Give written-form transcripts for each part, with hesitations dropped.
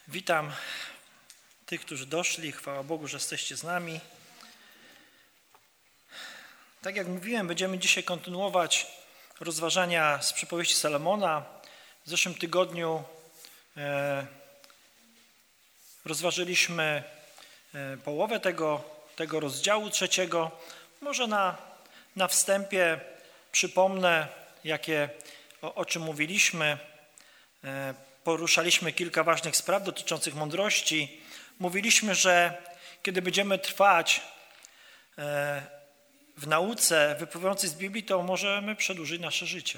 Witam tych, którzy doszli. Chwała Bogu, że jesteście z nami. Tak jak mówiłem, będziemy dzisiaj kontynuować rozważania z przypowieści Salomona. W zeszłym tygodniu rozważyliśmy połowę tego rozdziału 3. Może na wstępie przypomnę, o czym mówiliśmy. Poruszaliśmy kilka ważnych spraw dotyczących mądrości. Mówiliśmy, że kiedy będziemy trwać w nauce wypływającej z Biblii, to możemy przedłużyć nasze życie.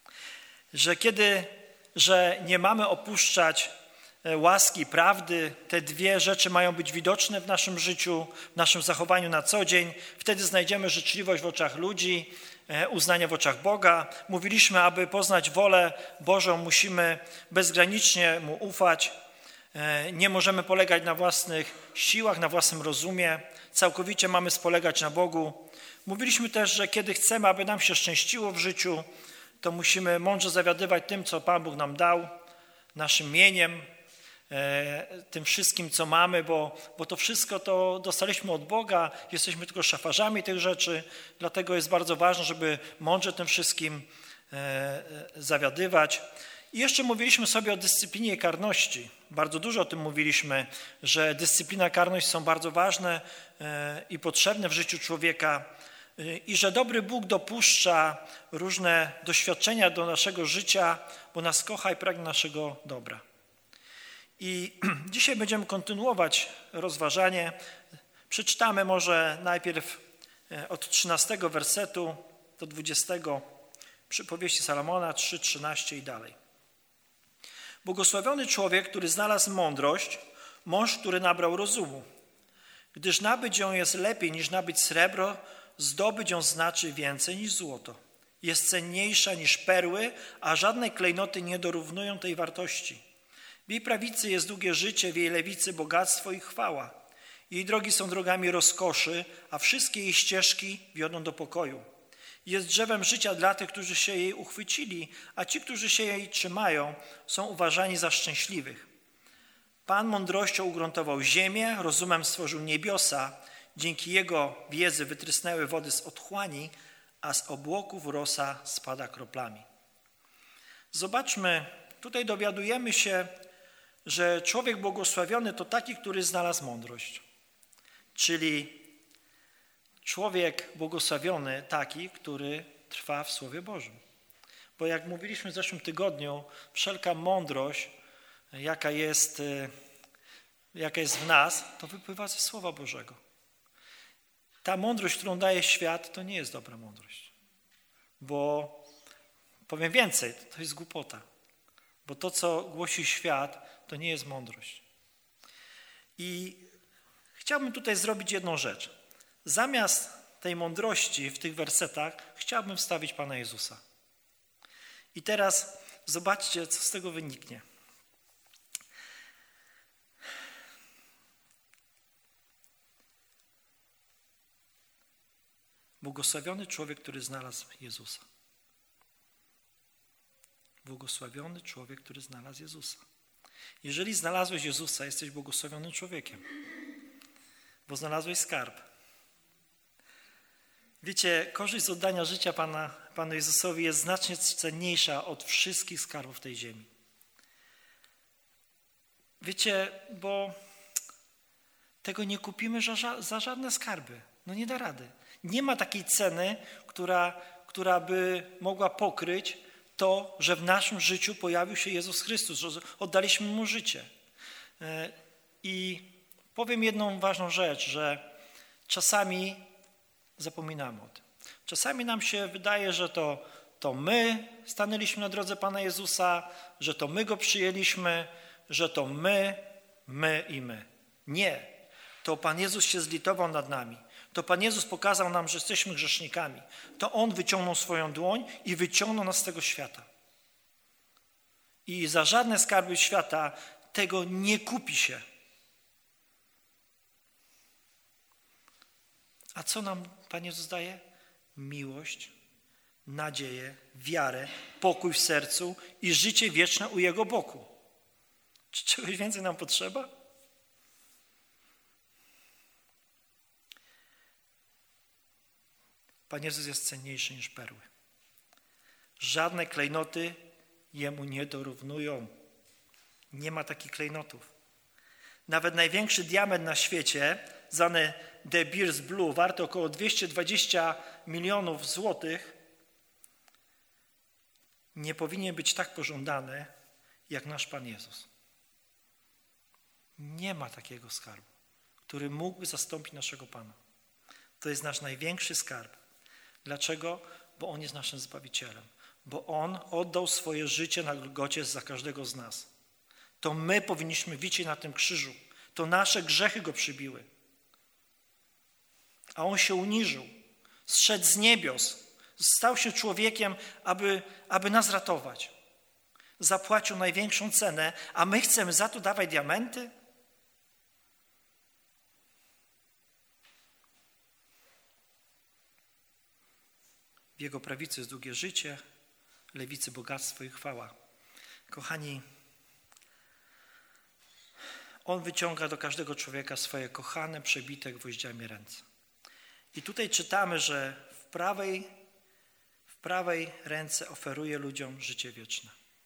Że nie mamy opuszczać łaski, prawdy, te dwie rzeczy mają być widoczne w naszym życiu, w naszym zachowaniu na co dzień. Wtedy znajdziemy życzliwość w oczach ludzi, uznanie w oczach Boga. Mówiliśmy, aby poznać wolę Bożą, musimy bezgranicznie Mu ufać. Nie możemy polegać na własnych siłach, na własnym rozumie. Całkowicie mamy spolegać na Bogu. Mówiliśmy też, że kiedy chcemy, aby nam się szczęściło w życiu, to musimy mądrze zawiadywać tym, co Pan Bóg nam dał, naszym mieniem, tym wszystkim, co mamy, bo to wszystko to dostaliśmy od Boga, jesteśmy tylko szafarzami tych rzeczy, dlatego jest bardzo ważne, żeby mądrze tym wszystkim zawiadywać. I jeszcze mówiliśmy sobie o dyscyplinie i karności. Bardzo dużo o tym mówiliśmy, że dyscyplina i karność są bardzo ważne i potrzebne w życiu człowieka i że dobry Bóg dopuszcza różne doświadczenia do naszego życia, bo nas kocha i pragnie naszego dobra. I dzisiaj będziemy kontynuować rozważanie. Przeczytamy może najpierw od 13 wersetu do 20 przypowieści Salomona 3, 13 i dalej. Błogosławiony człowiek, który znalazł mądrość, mąż, który nabrał rozumu. Gdyż nabyć ją jest lepiej niż nabyć srebro, zdobyć ją znaczy więcej niż złoto. Jest cenniejsza niż perły, a żadne klejnoty nie dorównują tej wartości. W jej prawicy jest długie życie, w jej lewicy bogactwo i chwała. Jej drogi są drogami rozkoszy, a wszystkie jej ścieżki wiodą do pokoju. Jest drzewem życia dla tych, którzy się jej uchwycili, a ci, którzy się jej trzymają, są uważani za szczęśliwych. Pan mądrością ugruntował ziemię, rozumem stworzył niebiosa. Dzięki jego wiedzy wytrysnęły wody z otchłani, a z obłoków rosa spada kroplami. Zobaczmy, tutaj dowiadujemy się, że człowiek błogosławiony to taki, który znalazł mądrość. Czyli człowiek błogosławiony taki, który trwa w Słowie Bożym. Bo jak mówiliśmy w zeszłym tygodniu, wszelka mądrość, jaka jest w nas, to wypływa ze Słowa Bożego. Ta mądrość, którą daje świat, to nie jest dobra mądrość. Bo powiem więcej, to jest głupota. Bo to, co głosi świat, to nie jest mądrość. I chciałbym tutaj zrobić jedną rzecz. Zamiast tej mądrości w tych wersetach chciałbym wstawić Pana Jezusa. I teraz zobaczcie, co z tego wyniknie. Błogosławiony człowiek, który znalazł Jezusa. Błogosławiony człowiek, który znalazł Jezusa. Jeżeli znalazłeś Jezusa, jesteś błogosławionym człowiekiem, bo znalazłeś skarb. Wiecie, korzyść z oddania życia Panu Jezusowi jest znacznie cenniejsza od wszystkich skarbów tej ziemi. Wiecie, bo tego nie kupimy za żadne skarby. No nie da rady. Nie ma takiej ceny, która by mogła pokryć to, że w naszym życiu pojawił się Jezus Chrystus, że oddaliśmy Mu życie. I powiem jedną ważną rzecz, że czasami zapominamy o tym. Czasami nam się wydaje, że to my stanęliśmy na drodze Pana Jezusa, że to my Go przyjęliśmy, że to my i my. Nie. To Pan Jezus się zlitował nad nami. To Pan Jezus pokazał nam, że jesteśmy grzesznikami. To On wyciągnął swoją dłoń i wyciągnął nas z tego świata. I za żadne skarby świata tego nie kupi się. A co nam Pan Jezus daje? Miłość, nadzieję, wiarę, pokój w sercu i życie wieczne u Jego boku. Czy czegoś więcej nam potrzeba? Pan Jezus jest cenniejszy niż perły. Żadne klejnoty Jemu nie dorównują. Nie ma takich klejnotów. Nawet największy diament na świecie, zwany De Beers Blue, warty około 220 milionów złotych, nie powinien być tak pożądany jak nasz Pan Jezus. Nie ma takiego skarbu, który mógłby zastąpić naszego Pana. To jest nasz największy skarb. Dlaczego? Bo On jest naszym Zbawicielem. Bo On oddał swoje życie na Golgocie za każdego z nas. To my powinniśmy wisieć na tym krzyżu. To nasze grzechy Go przybiły. A On się uniżył. Zszedł z niebios. Stał się człowiekiem, aby nas ratować. Zapłacił największą cenę, a my chcemy za to dawać diamenty? W Jego prawicy jest długie życie, lewicy bogactwo i chwała. Kochani, On wyciąga do każdego człowieka swoje kochane, przebite gwoździami ręce. I tutaj czytamy, że w prawej ręce oferuje ludziom życie wieczne.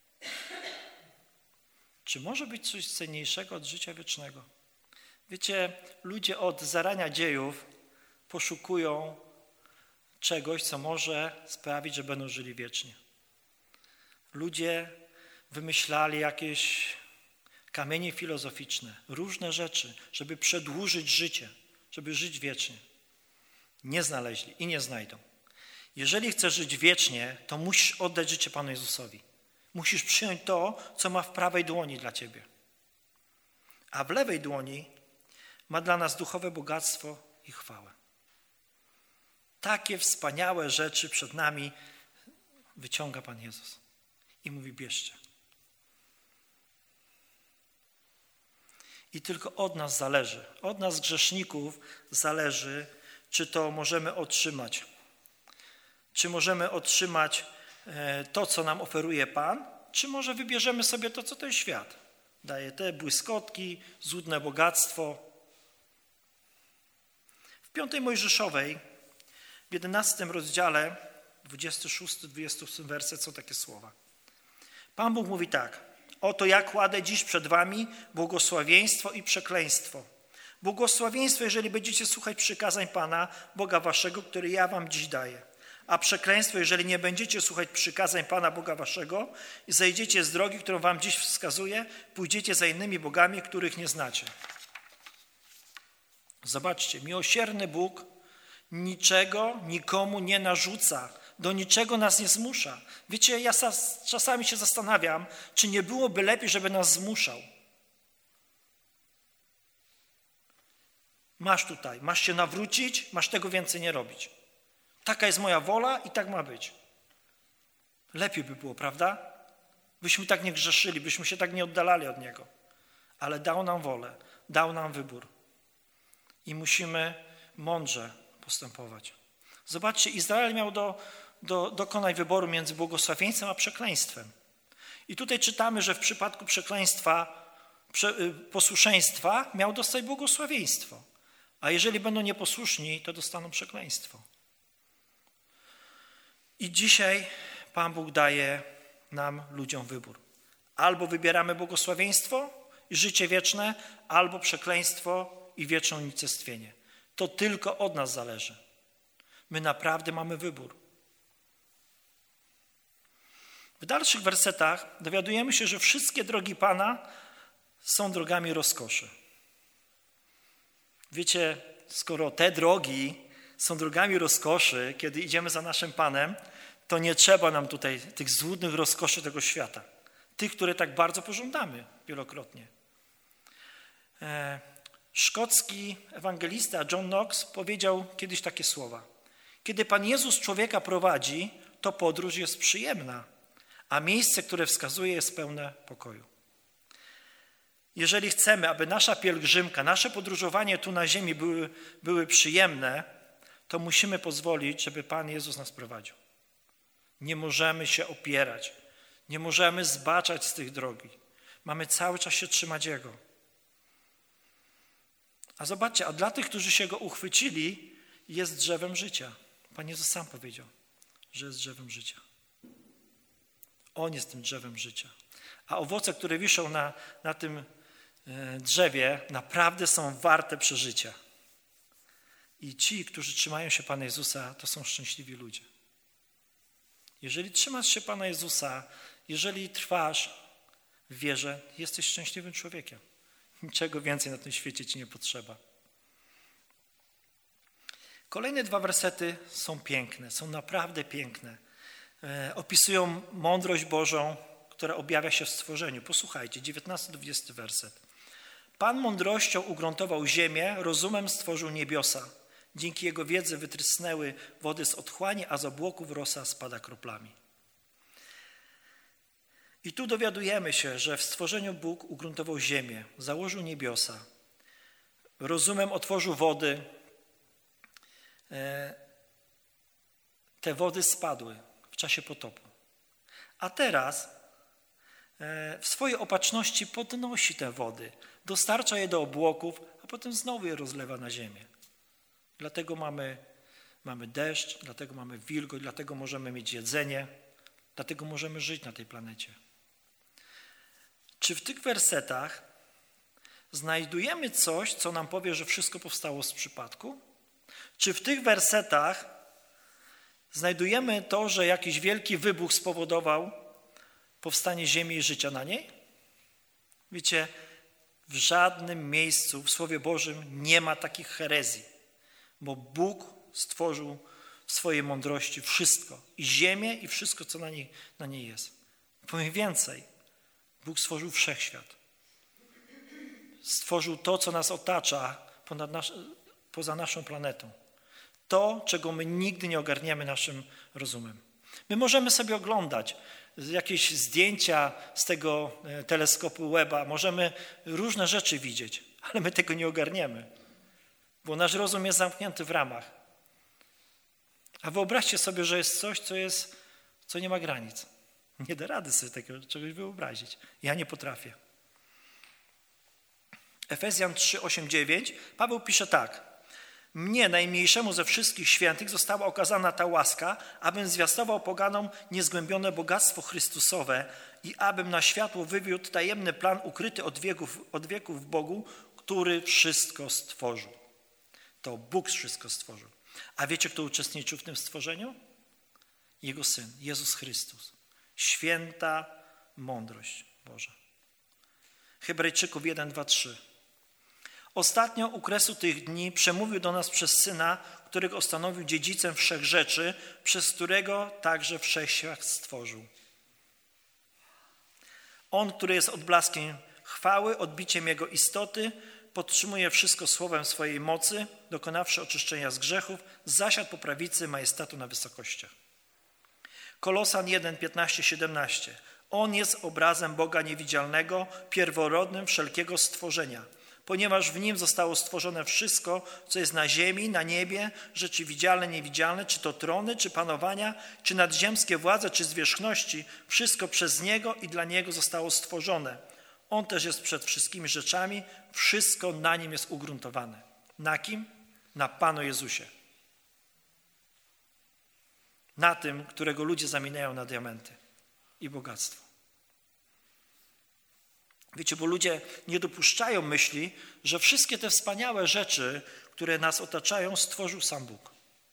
Czy może być coś cenniejszego od życia wiecznego? Wiecie, ludzie od zarania dziejów poszukują czegoś, co może sprawić, że będą żyli wiecznie. Ludzie wymyślali jakieś kamienie filozoficzne, różne rzeczy, żeby przedłużyć życie, żeby żyć wiecznie. Nie znaleźli i nie znajdą. Jeżeli chcesz żyć wiecznie, to musisz oddać życie Panu Jezusowi. Musisz przyjąć to, co ma w prawej dłoni dla ciebie. A w lewej dłoni ma dla nas duchowe bogactwo i chwałę. Takie wspaniałe rzeczy przed nami wyciąga Pan Jezus i mówi: bierzcie. I tylko od nas zależy, od nas grzeszników zależy, czy to możemy otrzymać. Czy możemy otrzymać to, co nam oferuje Pan, czy może wybierzemy sobie to, co ten świat daje, te błyskotki, złudne bogactwo. W 5 Mojżeszowej, w 11 rozdziale, 26-28 werset są takie słowa. Pan Bóg mówi tak: oto ja kładę dziś przed wami błogosławieństwo i przekleństwo. Błogosławieństwo, jeżeli będziecie słuchać przykazań Pana, Boga waszego, który ja wam dziś daję. A przekleństwo, jeżeli nie będziecie słuchać przykazań Pana Boga waszego i zejdziecie z drogi, którą wam dziś wskazuję, pójdziecie za innymi bogami, których nie znacie. Zobaczcie, miłosierny Bóg niczego nikomu nie narzuca, do niczego nas nie zmusza. Wiecie, ja czasami się zastanawiam, czy nie byłoby lepiej, żeby nas zmuszał. Masz tutaj, masz się nawrócić, masz tego więcej nie robić. Taka jest moja wola i tak ma być. Lepiej by było, prawda? Byśmy tak nie grzeszyli, byśmy się tak nie oddalali od Niego. Ale dał nam wolę, dał nam wybór. I musimy mądrze postępować. Zobaczcie, Izrael miał dokonać wyboru między błogosławieństwem a przekleństwem. I tutaj czytamy, że w przypadku przekleństwa, posłuszeństwa miał dostać błogosławieństwo. A jeżeli będą nieposłuszni, to dostaną przekleństwo. I dzisiaj Pan Bóg daje nam, ludziom, wybór. Albo wybieramy błogosławieństwo i życie wieczne, albo przekleństwo i wieczne unicestwienie. To tylko od nas zależy. My naprawdę mamy wybór. W dalszych wersetach dowiadujemy się, że wszystkie drogi Pana są drogami rozkoszy. Wiecie, skoro te drogi są drogami rozkoszy, kiedy idziemy za naszym Panem, to nie trzeba nam tutaj tych złudnych rozkoszy tego świata. Tych, które tak bardzo pożądamy wielokrotnie. Szkocki ewangelista John Knox powiedział kiedyś takie słowa. Kiedy Pan Jezus człowieka prowadzi, to podróż jest przyjemna, a miejsce, które wskazuje, jest pełne pokoju. Jeżeli chcemy, aby nasza pielgrzymka, nasze podróżowanie tu na ziemi były przyjemne, to musimy pozwolić, żeby Pan Jezus nas prowadził. Nie możemy się opierać, nie możemy zbaczać z tych drogi. Mamy cały czas się trzymać Jego. A zobaczcie, a dla tych, którzy się Go uchwycili, jest drzewem życia. Pan Jezus sam powiedział, że jest drzewem życia. On jest tym drzewem życia. A owoce, które wiszą na tym drzewie, naprawdę są warte przeżycia. I ci, którzy trzymają się Pana Jezusa, to są szczęśliwi ludzie. Jeżeli trzymasz się Pana Jezusa, jeżeli trwasz w wierze, jesteś szczęśliwym człowiekiem. Niczego więcej na tym świecie ci nie potrzeba. Kolejne 2 wersety są piękne, są naprawdę piękne. Opisują mądrość Bożą, która objawia się w stworzeniu. Posłuchajcie, 19-20 werset. Pan mądrością ugruntował ziemię, rozumem stworzył niebiosa. Dzięki jego wiedzy wytrysnęły wody z otchłani, a z obłoków rosa spada kroplami. I tu dowiadujemy się, że w stworzeniu Bóg ugruntował ziemię, założył niebiosa, rozumem otworzył wody. Te wody spadły w czasie potopu. A teraz w swojej opatrzności podnosi te wody, dostarcza je do obłoków, a potem znowu je rozlewa na ziemię. Dlatego mamy deszcz, dlatego mamy wilgoć, dlatego możemy mieć jedzenie, dlatego możemy żyć na tej planecie. Czy w tych wersetach znajdujemy coś, co nam powie, że wszystko powstało z przypadku? Czy w tych wersetach znajdujemy to, że jakiś wielki wybuch spowodował powstanie ziemi i życia na niej? Wiecie, w żadnym miejscu w Słowie Bożym nie ma takich herezji, bo Bóg stworzył w swojej mądrości wszystko, i ziemię, i wszystko, co na niej jest. Powiem więcej, Bóg stworzył wszechświat. Stworzył to, co nas otacza poza naszą planetą. To, czego my nigdy nie ogarniemy naszym rozumem. My możemy sobie oglądać jakieś zdjęcia z tego teleskopu Webba, możemy różne rzeczy widzieć, ale my tego nie ogarniemy, bo nasz rozum jest zamknięty w ramach. A wyobraźcie sobie, że jest coś, co nie ma granic. Nie da rady sobie tego czegoś wyobrazić. Ja nie potrafię. Efezjan 3, 8, 9. Paweł pisze tak. Mnie, najmniejszemu ze wszystkich świętych, została okazana ta łaska, abym zwiastował poganom niezgłębione bogactwo Chrystusowe i abym na światło wywiódł tajemny plan ukryty od wieków w Bogu, który wszystko stworzył. To Bóg wszystko stworzył. A wiecie, kto uczestniczył w tym stworzeniu? Jego Syn, Jezus Chrystus. Święta mądrość Boża. Hebrajczyków 1, 2, 3. Ostatnio u kresu tych dni przemówił do nas przez Syna, którego stanowił dziedzicem wszech rzeczy, przez którego także wszechświat stworzył. On, który jest odblaskiem chwały, odbiciem Jego istoty, podtrzymuje wszystko słowem swojej mocy, dokonawszy oczyszczenia z grzechów, zasiadł po prawicy majestatu na wysokościach. Kolosan 1, 15, 17. On jest obrazem Boga niewidzialnego, pierworodnym wszelkiego stworzenia, ponieważ w Nim zostało stworzone wszystko, co jest na ziemi, na niebie, rzeczy widzialne, niewidzialne, czy to trony, czy panowania, czy nadziemskie władze, czy zwierzchności, wszystko przez Niego i dla Niego zostało stworzone. On też jest przed wszystkimi rzeczami, wszystko na Nim jest ugruntowane. Na kim? Na Panu Jezusie. Na tym, którego ludzie zamieniają na diamenty i bogactwo. Wiecie, bo ludzie nie dopuszczają myśli, że wszystkie te wspaniałe rzeczy, które nas otaczają, stworzył sam Bóg.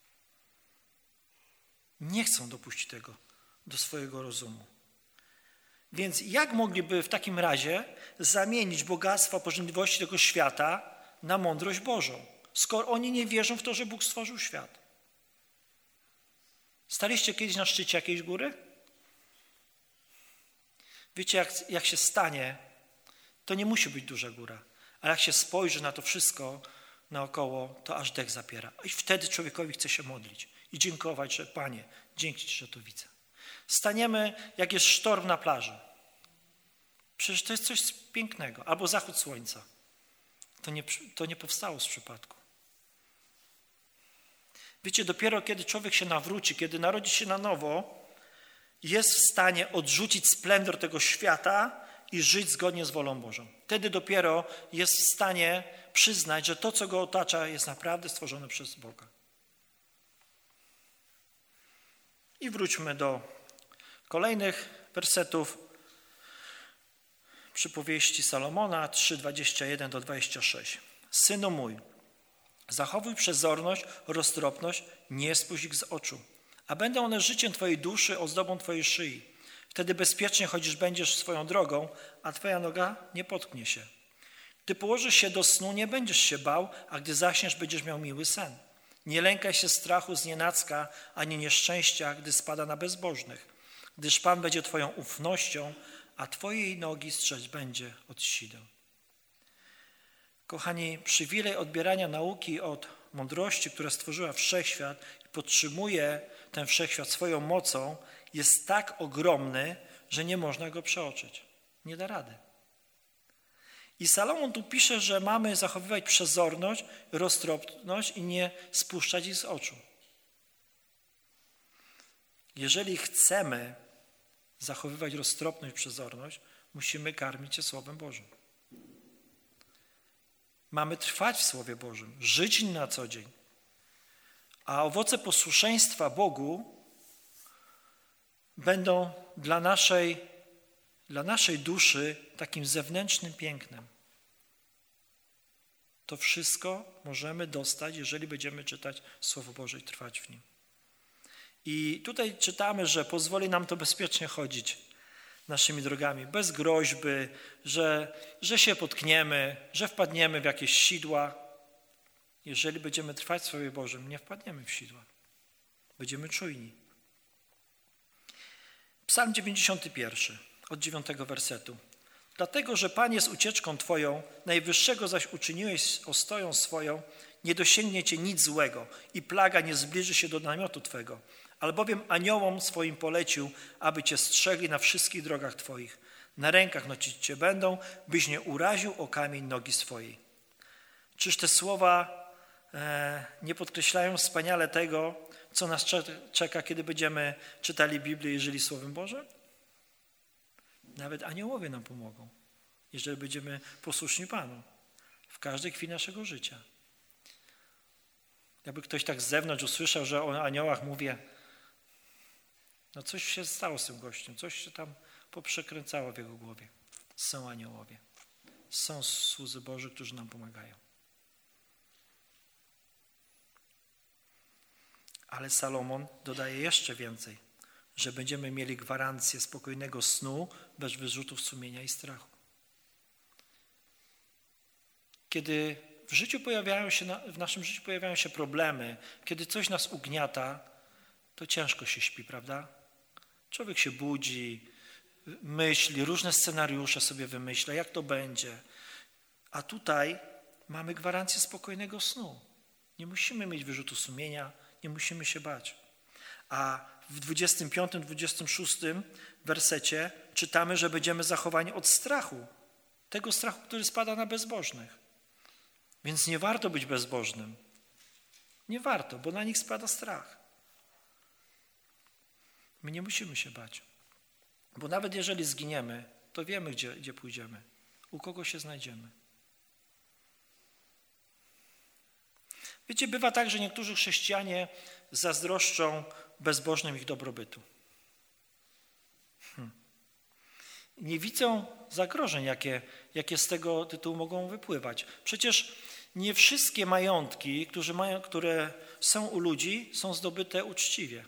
Nie chcą dopuścić tego do swojego rozumu. Więc jak mogliby w takim razie zamienić bogactwo, pożądliwości tego świata na mądrość Bożą, skoro oni nie wierzą w to, że Bóg stworzył świat? Staliście kiedyś na szczycie jakiejś góry? Wiecie, jak się stanie, to nie musi być duża góra, ale jak się spojrzy na to wszystko naokoło, to aż dech zapiera. I wtedy człowiekowi chce się modlić i dziękować, że Panie, dzięki Ci, że to widzę. Staniemy, jak jest sztorm na plaży. Przecież to jest coś pięknego. Albo zachód słońca. To nie powstało z przypadku. Wiecie, dopiero kiedy człowiek się nawróci, kiedy narodzi się na nowo, jest w stanie odrzucić splendor tego świata i żyć zgodnie z wolą Bożą. Wtedy dopiero jest w stanie przyznać, że to, co go otacza, jest naprawdę stworzone przez Boga. I wróćmy do kolejnych wersetów. Przypowieści Salomona 3:21-26. Synu mój, zachowuj przezorność, roztropność, nie spuść ich z oczu, a będą one życiem twojej duszy, ozdobą twojej szyi. Wtedy bezpiecznie chodzisz będziesz swoją drogą, a twoja noga nie potknie się. Gdy położysz się do snu, nie będziesz się bał, a gdy zaśniesz, będziesz miał miły sen. Nie lękaj się strachu znienacka, ani nieszczęścia, gdy spada na bezbożnych, gdyż Pan będzie twoją ufnością, a twojej nogi strzec będzie od sideł. Kochani, przywilej odbierania nauki od mądrości, która stworzyła wszechświat i podtrzymuje ten wszechświat swoją mocą, jest tak ogromny, że nie można go przeoczyć. Nie da rady. I Salomon tu pisze, że mamy zachowywać przezorność, roztropność i nie spuszczać ich z oczu. Jeżeli chcemy zachowywać roztropność, przezorność, musimy karmić się Słowem Bożym. Mamy trwać w Słowie Bożym, żyć na co dzień. A owoce posłuszeństwa Bogu będą dla naszej duszy takim zewnętrznym pięknem. To wszystko możemy dostać, jeżeli będziemy czytać Słowo Boże i trwać w nim. I tutaj czytamy, że pozwoli nam to bezpiecznie chodzić naszymi drogami, bez groźby, że się potkniemy, że wpadniemy w jakieś sidła. Jeżeli będziemy trwać w Słowie Bożym, nie wpadniemy w sidła. Będziemy czujni. Psalm 91, od 9 wersetu. Dlatego, że Pan jest ucieczką Twoją, Najwyższego zaś uczyniłeś ostoją swoją, nie dosięgnie Cię nic złego i plaga nie zbliży się do namiotu Twego, albowiem aniołom swoim polecił, aby Cię strzegli na wszystkich drogach Twoich. Na rękach nosić Cię będą, byś nie uraził o kamień nogi swojej. Czyż te słowa nie podkreślają wspaniale tego, co nas czeka, kiedy będziemy czytali Biblię i żyli Słowem Bożym? Nawet aniołowie nam pomogą, jeżeli będziemy posłuszni Panu w każdej chwili naszego życia. Jakby ktoś tak z zewnątrz usłyszał, że o aniołach mówię, no coś się stało z tym gościem, coś się tam poprzekręcało w jego głowie. Są aniołowie, są słudzy Boży, którzy nam pomagają. Ale Salomon dodaje jeszcze więcej, że będziemy mieli gwarancję spokojnego snu bez wyrzutów sumienia i strachu. Kiedy w naszym życiu pojawiają się problemy, kiedy coś nas ugniata, to ciężko się śpi, prawda? Człowiek się budzi, myśli, różne scenariusze sobie wymyśla, jak to będzie. A tutaj mamy gwarancję spokojnego snu. Nie musimy mieć wyrzutu sumienia, nie musimy się bać. A w 25-26 wersecie czytamy, że będziemy zachowani od strachu. Tego strachu, który spada na bezbożnych. Więc nie warto być bezbożnym. Nie warto, bo na nich spada strach. My nie musimy się bać. Bo nawet jeżeli zginiemy, to wiemy, gdzie pójdziemy. U kogo się znajdziemy. Wiecie, bywa tak, że niektórzy chrześcijanie zazdroszczą bezbożnym ich dobrobytu. Nie widzą zagrożeń, jakie z tego tytułu mogą wypływać. Przecież nie wszystkie majątki, które są u ludzi, są zdobyte uczciwie.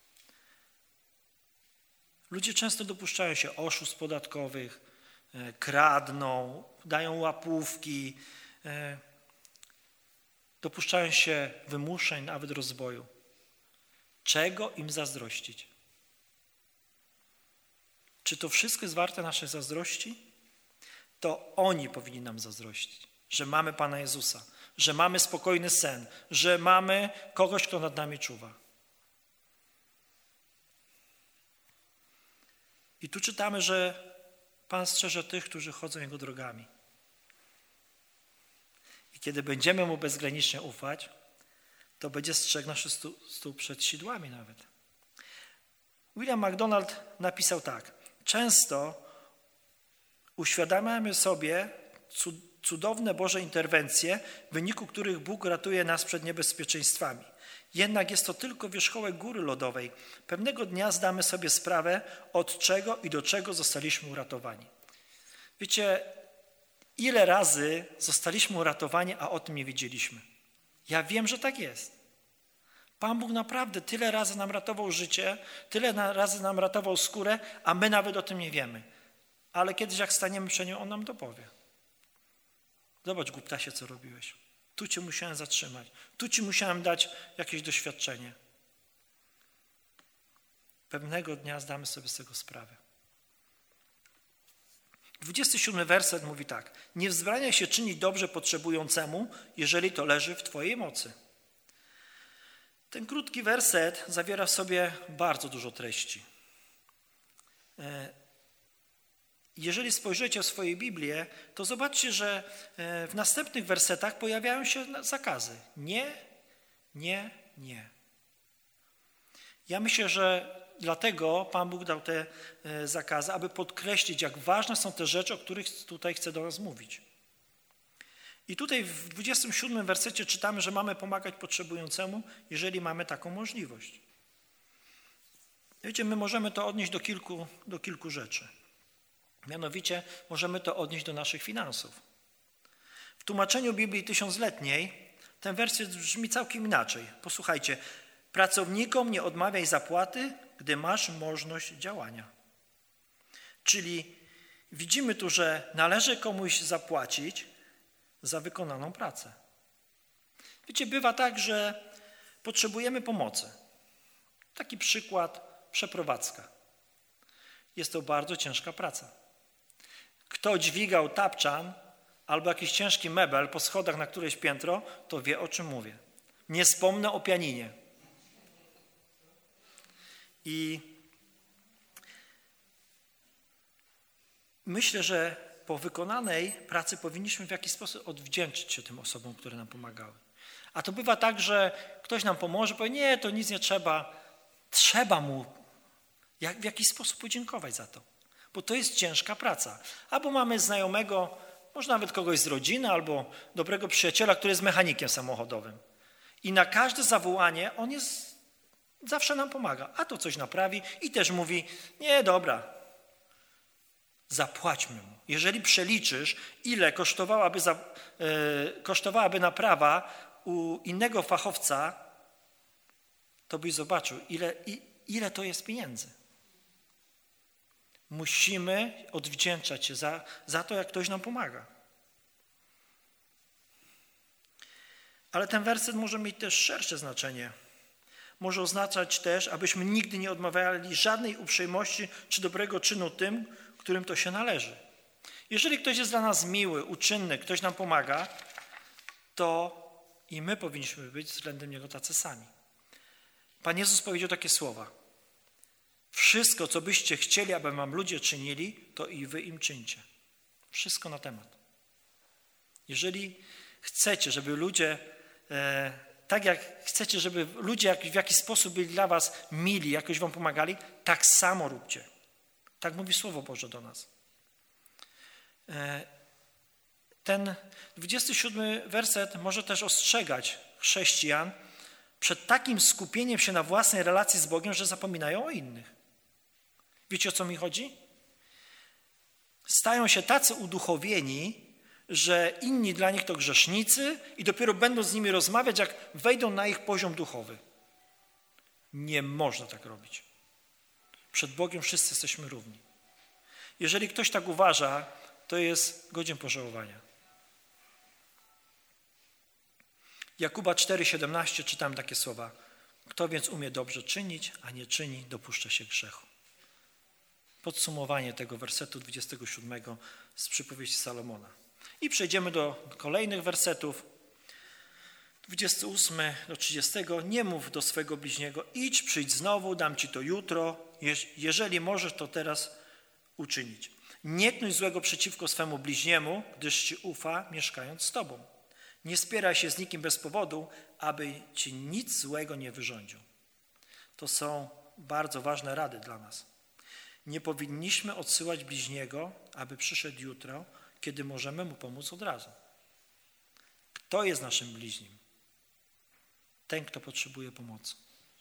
Ludzie często dopuszczają się oszustw podatkowych, kradną, dają łapówki, dopuszczają się wymuszeń, nawet rozboju. Czego im zazdrościć? Czy to wszystko jest warte naszej zazdrości? To oni powinni nam zazdrościć, że mamy Pana Jezusa, że mamy spokojny sen, że mamy kogoś, kto nad nami czuwa. I tu czytamy, że Pan strzeże tych, którzy chodzą Jego drogami. I kiedy będziemy Mu bezgranicznie ufać, to będzie strzegł nasz stóp przed sidłami nawet. William MacDonald napisał tak. Często Uświadamiamy sobie cudowne Boże interwencje, w wyniku których Bóg ratuje nas przed niebezpieczeństwami. Jednak jest to tylko wierzchołek góry lodowej. Pewnego dnia zdamy sobie sprawę, od czego i do czego zostaliśmy uratowani. Wiecie, ile razy zostaliśmy uratowani, a o tym nie wiedzieliśmy? Ja wiem, że tak jest. Pan Bóg naprawdę tyle razy nam ratował życie, tyle razy nam ratował skórę, a my nawet o tym nie wiemy. Ale kiedyś jak staniemy przed Nim, On nam to powie. Zobacz, głuptasie, co robiłeś. Tu Cię musiałem zatrzymać. Tu Ci musiałem dać jakieś doświadczenie. Pewnego dnia zdamy sobie z tego sprawę. 27 werset mówi tak. Nie wzbraniaj się czynić dobrze potrzebującemu, jeżeli to leży w Twojej mocy. Ten krótki werset zawiera w sobie bardzo dużo treści. Jeżeli spojrzycie w swoje Biblię, to zobaczcie, że w następnych wersetach pojawiają się zakazy. Nie, nie, nie. Ja myślę, że dlatego Pan Bóg dał te zakazy, aby podkreślić, jak ważne są te rzeczy, o których tutaj chce do nas mówić. I tutaj w 27 wersecie czytamy, że mamy pomagać potrzebującemu, jeżeli mamy taką możliwość. Wiecie, my możemy to odnieść do kilku rzeczy. Mianowicie możemy to odnieść do naszych finansów. W tłumaczeniu Biblii Tysiącletniej ten werset brzmi całkiem inaczej. Posłuchajcie. Pracownikom nie odmawiaj zapłaty, gdy masz możliwość działania. Czyli widzimy tu, że należy komuś zapłacić za wykonaną pracę. Wiecie, bywa tak, że potrzebujemy pomocy. Taki przykład, przeprowadzka. Jest to bardzo ciężka praca. Kto dźwigał tapczan albo jakiś ciężki mebel po schodach na któreś piętro, to wie, o czym mówię. Nie wspomnę o pianinie. I myślę, że po wykonanej pracy powinniśmy w jakiś sposób odwdzięczyć się tym osobom, które nam pomagały. A to bywa tak, że ktoś nam pomoże, powie, nie, to nic nie trzeba. Trzeba mu w jakiś sposób podziękować za to, bo to jest ciężka praca. Albo mamy znajomego, może nawet kogoś z rodziny, albo dobrego przyjaciela, który jest mechanikiem samochodowym. I na każde zawołanie on zawsze nam pomaga, a to coś naprawi i też mówi, nie, dobra, zapłaćmy mu. Jeżeli przeliczysz, ile kosztowałaby naprawa u innego fachowca, to byś zobaczył, ile to jest pieniędzy. Musimy odwdzięczać się za to, jak ktoś nam pomaga. Ale ten werset może mieć też szersze znaczenie. Może oznaczać też, abyśmy nigdy nie odmawiali żadnej uprzejmości czy dobrego czynu tym, którym to się należy. Jeżeli ktoś jest dla nas miły, uczynny, ktoś nam pomaga, to i my powinniśmy być względem niego tacy sami. Pan Jezus powiedział takie słowa. Wszystko, co byście chcieli, aby wam ludzie czynili, to i wy im czyńcie. Wszystko na temat. Jeżeli chcecie, żeby ludzie, tak jak chcecie, żeby ludzie w jakiś sposób byli dla was mili, jakoś wam pomagali, tak samo róbcie. Tak mówi Słowo Boże do nas. Ten 27 werset może też ostrzegać chrześcijan przed takim skupieniem się na własnej relacji z Bogiem, że zapominają o innych. Wiecie, o co mi chodzi? Stają się tacy uduchowieni, że inni dla nich to grzesznicy i dopiero będą z nimi rozmawiać, jak wejdą na ich poziom duchowy. Nie można tak robić. Przed Bogiem wszyscy jesteśmy równi. Jeżeli ktoś tak uważa, to jest godzien pożałowania. Jakuba 4,17 czytam takie słowa. Kto więc umie dobrze czynić, a nie czyni, dopuszcza się grzechu. Podsumowanie tego wersetu 27 z przypowieści Salomona. I przejdziemy do kolejnych wersetów. 28 do 30. Nie mów do swego bliźniego, idź, przyjdź znowu, dam ci to jutro, jeżeli możesz to teraz uczynić. Nie knuj złego przeciwko swemu bliźniemu, gdyż ci ufa, mieszkając z tobą. Nie spieraj się z nikim bez powodu, aby ci nic złego nie wyrządził. To są bardzo ważne rady dla nas. Nie powinniśmy odsyłać bliźniego, aby przyszedł jutro, kiedy możemy mu pomóc od razu. Kto jest naszym bliźnim? Ten, kto potrzebuje pomocy.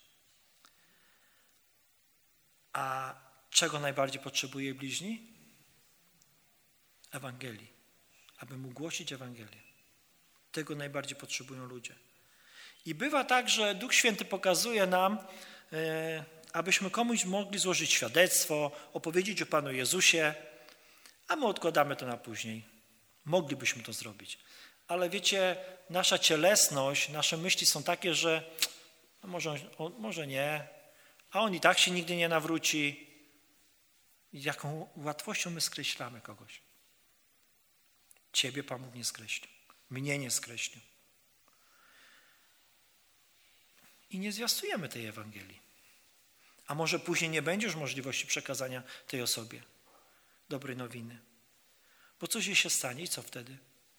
A czego najbardziej potrzebuje bliźni? Ewangelii. Aby mu głosić Ewangelię. Tego najbardziej potrzebują ludzie. I bywa tak, że Duch Święty pokazuje nam, abyśmy komuś mogli złożyć świadectwo, opowiedzieć o Panu Jezusie, a my odkładamy to na później. Moglibyśmy to zrobić. Ale wiecie, nasza cielesność, nasze myśli są takie, że no może nie, a on i tak się nigdy nie nawróci. Jaką łatwością my skreślamy kogoś. Ciebie Pan Bóg nie skreślił. Mnie nie skreślił. I nie zwiastujemy tej Ewangelii. A może później nie będzie już możliwości przekazania tej osobie dobrej nowiny. Bo coś jej się stanie i co wtedy?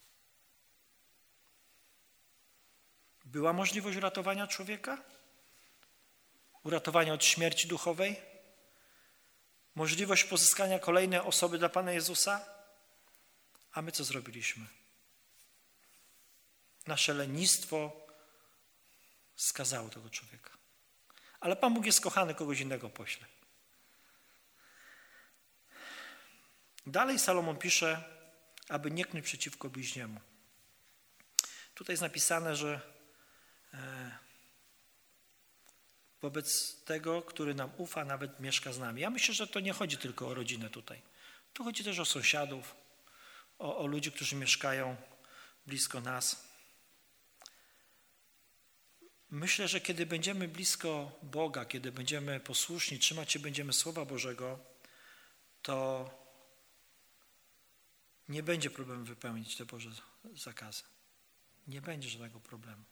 Była możliwość uratowania człowieka? Uratowania od śmierci duchowej? Możliwość pozyskania kolejnej osoby dla Pana Jezusa? A my co zrobiliśmy? Nasze lenistwo skazało tego człowieka. Ale Pan Bóg jest kochany, kogoś innego pośle. Dalej Salomon pisze, aby nie knuć przeciwko bliźniemu. Tutaj jest napisane, że wobec tego, który nam ufa, nawet mieszka z nami. Ja myślę, że to nie chodzi tylko o rodzinę tutaj. Tu chodzi też o sąsiadów, o ludzi, którzy mieszkają blisko nas. Myślę, że kiedy będziemy blisko Boga, kiedy będziemy posłuszni, trzymać się będziemy Słowa Bożego, to nie będzie problemu wypełnić te Boże zakazy. Nie będzie żadnego problemu.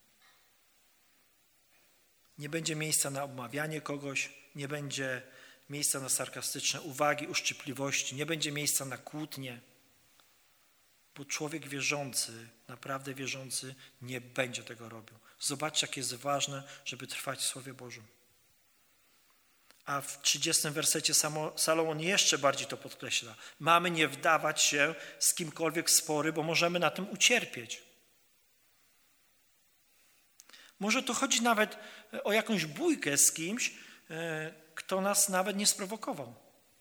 Nie będzie miejsca na obmawianie kogoś, nie będzie miejsca na sarkastyczne uwagi, uszczypliwości, nie będzie miejsca na kłótnie, bo człowiek wierzący, naprawdę wierzący, nie będzie tego robił. Zobaczcie, jak jest ważne, żeby trwać w Słowie Bożym. A w 30 wersecie Salomon jeszcze bardziej to podkreśla. Mamy nie wdawać się z kimkolwiek w spory, bo możemy na tym ucierpieć. Może to chodzi nawet o jakąś bójkę z kimś, kto nas nawet nie sprowokował.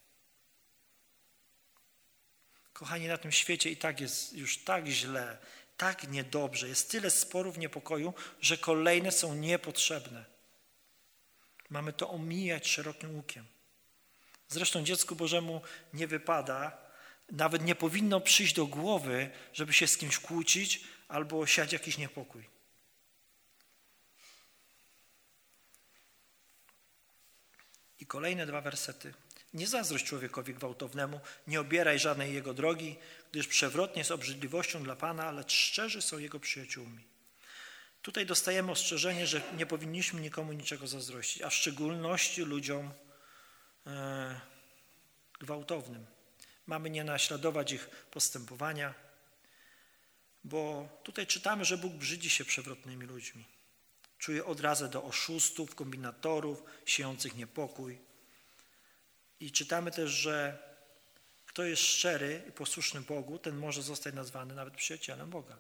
Kochani, na tym świecie i tak jest już tak źle, tak niedobrze, jest tyle sporów, niepokoju, że kolejne są niepotrzebne. Mamy to omijać szerokim łukiem. Zresztą dziecku Bożemu nie wypada, nawet nie powinno przyjść do głowy, żeby się z kimś kłócić albo siać jakiś niepokój. I kolejne 2 wersety. Nie zazdrość człowiekowi gwałtownemu, nie obieraj żadnej jego drogi, gdyż przewrotnie jest obrzydliwością dla Pana, lecz szczerzy są jego przyjaciółmi. Tutaj dostajemy ostrzeżenie, że nie powinniśmy nikomu niczego zazdrościć, a w szczególności ludziom gwałtownym. Mamy nie naśladować ich postępowania, bo tutaj czytamy, że Bóg brzydzi się przewrotnymi ludźmi. Czuje odrazę do oszustów, kombinatorów, siejących niepokój. I czytamy też, że kto jest szczery i posłuszny Bogu, ten może zostać nazwany nawet przyjacielem Boga.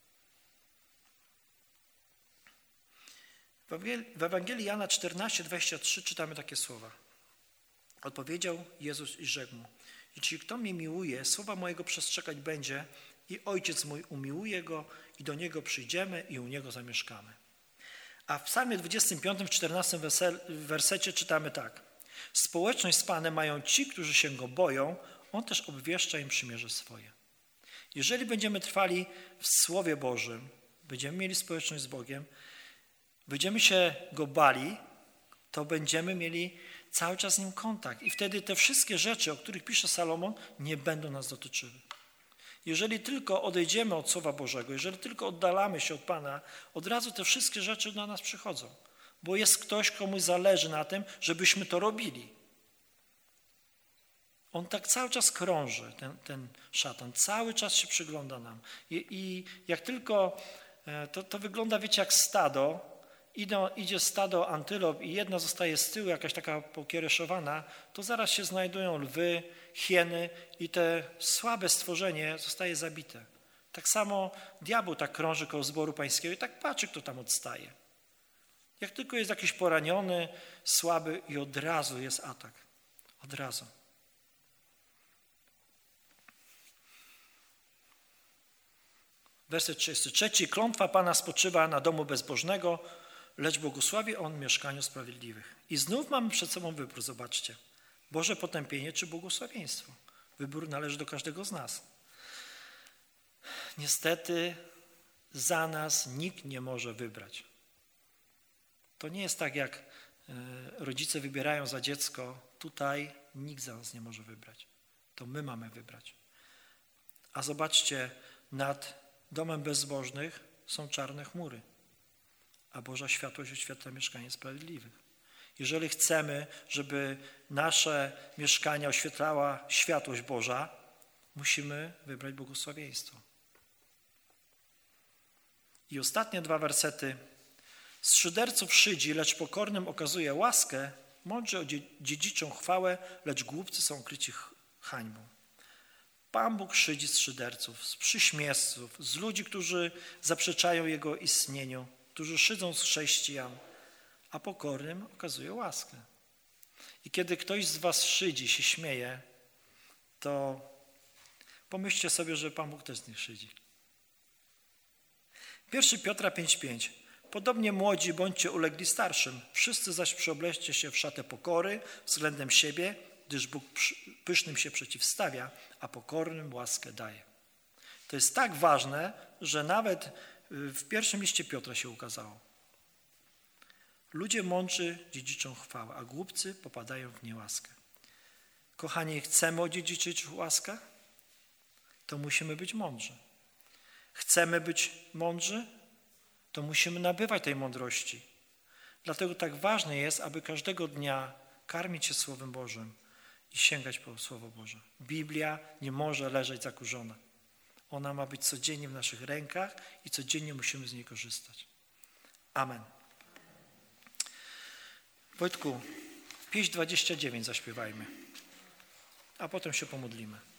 W Ewangelii Jana 14:23 czytamy takie słowa. Odpowiedział Jezus i rzekł mu: jeśli kto mnie miłuje, słowa mojego przestrzegać będzie i Ojciec mój umiłuje go i do Niego przyjdziemy i u Niego zamieszkamy. A w Psalmie 25, w 14 wersecie czytamy tak. Społeczność z Panem mają ci, którzy się Go boją, On też obwieszcza im przymierze swoje. Jeżeli będziemy trwali w Słowie Bożym, będziemy mieli społeczność z Bogiem, będziemy się Go bali, to będziemy mieli cały czas z Nim kontakt. I wtedy te wszystkie rzeczy, o których pisze Salomon, nie będą nas dotyczyły. Jeżeli tylko odejdziemy od Słowa Bożego, jeżeli tylko oddalamy się od Pana, od razu te wszystkie rzeczy do nas przychodzą. Bo jest ktoś, komu zależy na tym, żebyśmy to robili. On tak cały czas krąży, ten szatan, cały czas się przygląda nam. I jak tylko, to wygląda, wiecie, jak stado, idzie stado antylop i jedna zostaje z tyłu, jakaś taka pokiereszowana, to zaraz się znajdują lwy, hieny i te słabe stworzenie zostaje zabite. Tak samo diabeł tak krąży koło zboru pańskiego i tak patrzy, kto tam odstaje. Jak tylko jest jakiś poraniony, słaby i od razu jest atak. Od razu. Werset 33. Klątwa Pana spoczywa na domu bezbożnego, lecz błogosławi on mieszkaniu sprawiedliwych. I znów mamy przed sobą wybór, zobaczcie. Boże potępienie czy błogosławieństwo. Wybór należy do każdego z nas. Niestety za nas nikt nie może wybrać. To nie jest tak, jak rodzice wybierają za dziecko. Tutaj nikt za nas nie może wybrać. To my mamy wybrać. A zobaczcie, nad domem bezbożnych są czarne chmury, a Boża światłość oświetla mieszkanie sprawiedliwych. Jeżeli chcemy, żeby nasze mieszkania oświetlała światłość Boża, musimy wybrać błogosławieństwo. I ostatnie 2 wersety. Z szyderców szydzi, lecz pokornym okazuje łaskę, mądrzy dziedziczą chwałę, lecz głupcy są ukryci hańbą. Pan Bóg szydzi z szyderców, z przyśmiewców, z ludzi, którzy zaprzeczają Jego istnieniu, którzy szydzą z chrześcijan, a pokornym okazuje łaskę. I kiedy ktoś z was szydzi, się śmieje, to pomyślcie sobie, że Pan Bóg też z nich szydzi. 1 Piotra 5,5. Podobnie młodzi bądźcie ulegli starszym, wszyscy zaś przyobleźcie się w szatę pokory względem siebie, gdyż Bóg pysznym się przeciwstawia, a pokornym łaskę daje. To jest tak ważne, że nawet w pierwszym liście Piotra się ukazało. Ludzie mądrzy dziedziczą chwałę, a głupcy popadają w niełaskę. Kochani, chcemy odziedziczyć łaskę? To musimy być mądrzy. Chcemy być mądrzy? To musimy nabywać tej mądrości. Dlatego tak ważne jest, aby każdego dnia karmić się Słowem Bożym i sięgać po Słowo Boże. Biblia nie może leżeć zakurzona. Ona ma być codziennie w naszych rękach i codziennie musimy z niej korzystać. Amen. Wojtku, pieśń 29 zaśpiewajmy, a potem się pomodlimy.